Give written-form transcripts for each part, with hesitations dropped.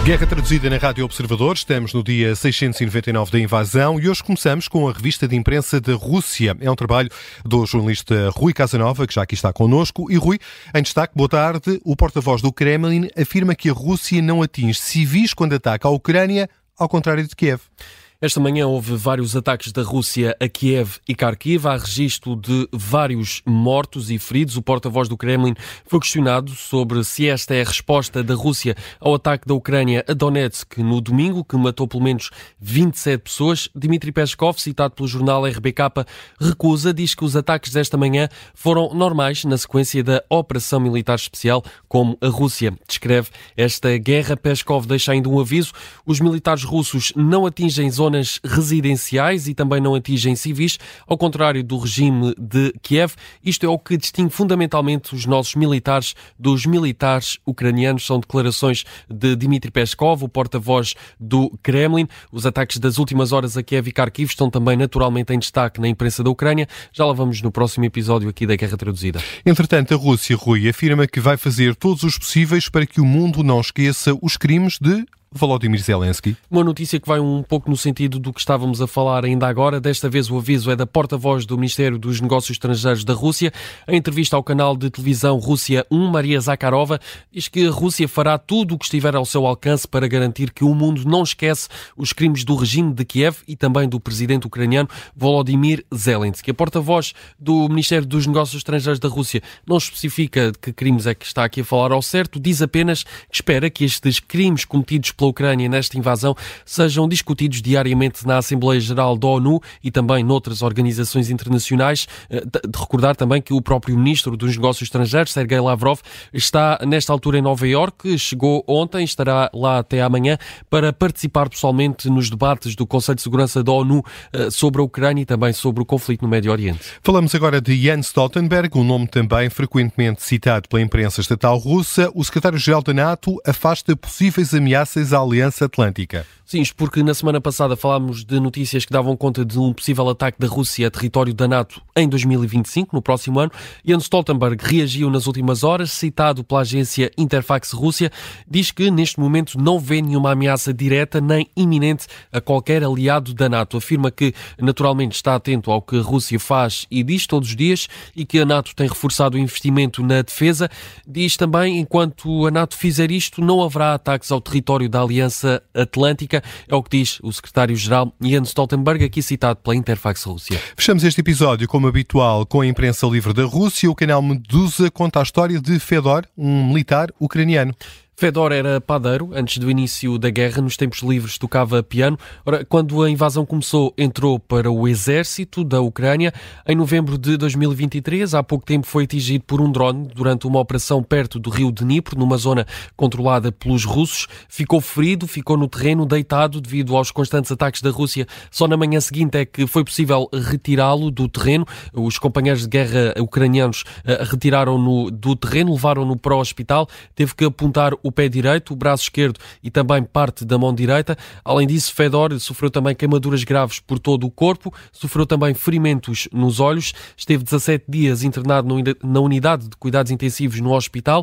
Guerra traduzida na Rádio Observador. Estamos no dia 699 da invasão e hoje começamos com a revista de imprensa da Rússia. É um trabalho do jornalista Rui Casanova, que já aqui está connosco. E Rui, em destaque, boa tarde. O porta-voz do Kremlin afirma que a Rússia não atinge civis quando ataca a Ucrânia, ao contrário de Kiev. Esta manhã houve vários ataques da Rússia a Kiev e Kharkiv. Há registro de vários mortos e feridos. O porta-voz do Kremlin foi questionado sobre se esta é a resposta da Rússia ao ataque da Ucrânia a Donetsk no domingo, que matou pelo menos 27 pessoas. Dmitry Peskov, citado pelo jornal RBK, recusa, diz que os ataques desta manhã foram normais na sequência da operação militar especial, como a Rússia descreve esta guerra. Peskov deixa ainda um aviso: os militares russos não atingem zonas residenciais e também não atingem civis, ao contrário do regime de Kiev. Isto é o que distingue fundamentalmente os nossos militares dos militares ucranianos. São declarações de Dmitry Peskov, o porta-voz do Kremlin. Os ataques das últimas horas a Kiev e Kharkiv estão também naturalmente em destaque na imprensa da Ucrânia. Já lá vamos no próximo episódio aqui da Guerra Traduzida. Entretanto, a Rússia, Rui, afirma que vai fazer todos os possíveis para que o mundo não esqueça os crimes de Volodymyr Zelensky. Uma notícia que vai um pouco no sentido do que estávamos a falar ainda agora. Desta vez o aviso é da porta-voz do Ministério dos Negócios Estrangeiros da Rússia. Em entrevista ao canal de televisão Rússia 1, Maria Zakharova diz que a Rússia fará tudo o que estiver ao seu alcance para garantir que o mundo não esquece os crimes do regime de Kiev e também do presidente ucraniano Volodymyr Zelensky. A porta-voz do Ministério dos Negócios Estrangeiros da Rússia não especifica de que crimes é que está aqui a falar ao certo, diz apenas que espera que estes crimes cometidos pela Ucrânia nesta invasão sejam discutidos diariamente na Assembleia Geral da ONU e também noutras organizações internacionais. De recordar também que o próprio Ministro dos Negócios Estrangeiros, Sergei Lavrov, está nesta altura em Nova Iorque, chegou ontem, estará lá até amanhã para participar pessoalmente nos debates do Conselho de Segurança da ONU sobre a Ucrânia e também sobre o conflito no Médio Oriente. Falamos agora de Jens Stoltenberg, um nome também frequentemente citado pela imprensa estatal russa. O secretário-geral da NATO afasta possíveis ameaças à Aliança Atlântica. Sim, isto porque na semana passada falámos de notícias que davam conta de um possível ataque da Rússia a território da NATO em 2025, no próximo ano. Jens Stoltenberg reagiu nas últimas horas, citado pela agência Interfax Rússia, diz que neste momento não vê nenhuma ameaça direta nem iminente a qualquer aliado da NATO. Afirma que naturalmente está atento ao que a Rússia faz e diz todos os dias e que a NATO tem reforçado o investimento na defesa. Diz também, enquanto a NATO fizer isto, não haverá ataques ao território da Aliança Atlântica. É o que diz o secretário-geral Jens Stoltenberg, aqui citado pela Interfax Rússia. Fechamos este episódio, como habitual, com a imprensa livre da Rússia. O canal Medusa conta a história de Fedor, um militar ucraniano. Fedor era padeiro antes do início da guerra, nos tempos livres tocava piano. Ora, quando a invasão começou, entrou para o exército da Ucrânia. Em novembro de 2023, há pouco tempo, foi atingido por um drone durante uma operação perto do rio Dnipro, numa zona controlada pelos russos. Ficou ferido, ficou no terreno deitado devido aos constantes ataques da Rússia. Só na manhã seguinte é que foi possível retirá-lo do terreno. Os companheiros de guerra ucranianos retiraram-no do terreno, levaram-no para o hospital. Teve que apontar o pé direito, o braço esquerdo e também parte da mão direita. Além disso, Fedor sofreu também queimaduras graves por todo o corpo, sofreu também ferimentos nos olhos, esteve 17 dias internado na unidade de cuidados intensivos no hospital,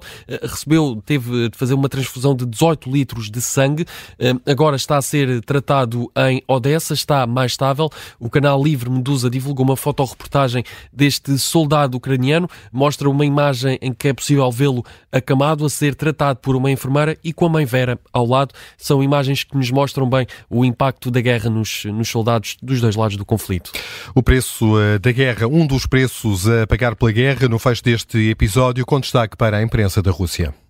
teve de fazer uma transfusão de 18 litros de sangue, agora está a ser tratado em Odessa, está mais estável. O canal Livre Medusa divulgou uma fotoreportagem deste soldado ucraniano, mostra uma imagem em que é possível vê-lo acamado a ser tratado por uma enfermeira e com a mãe Vera ao lado. São imagens que nos mostram bem o impacto da guerra nos soldados dos dois lados do conflito. O preço da guerra, um dos preços a pagar pela guerra, no fecho deste episódio, com destaque para a imprensa da Rússia.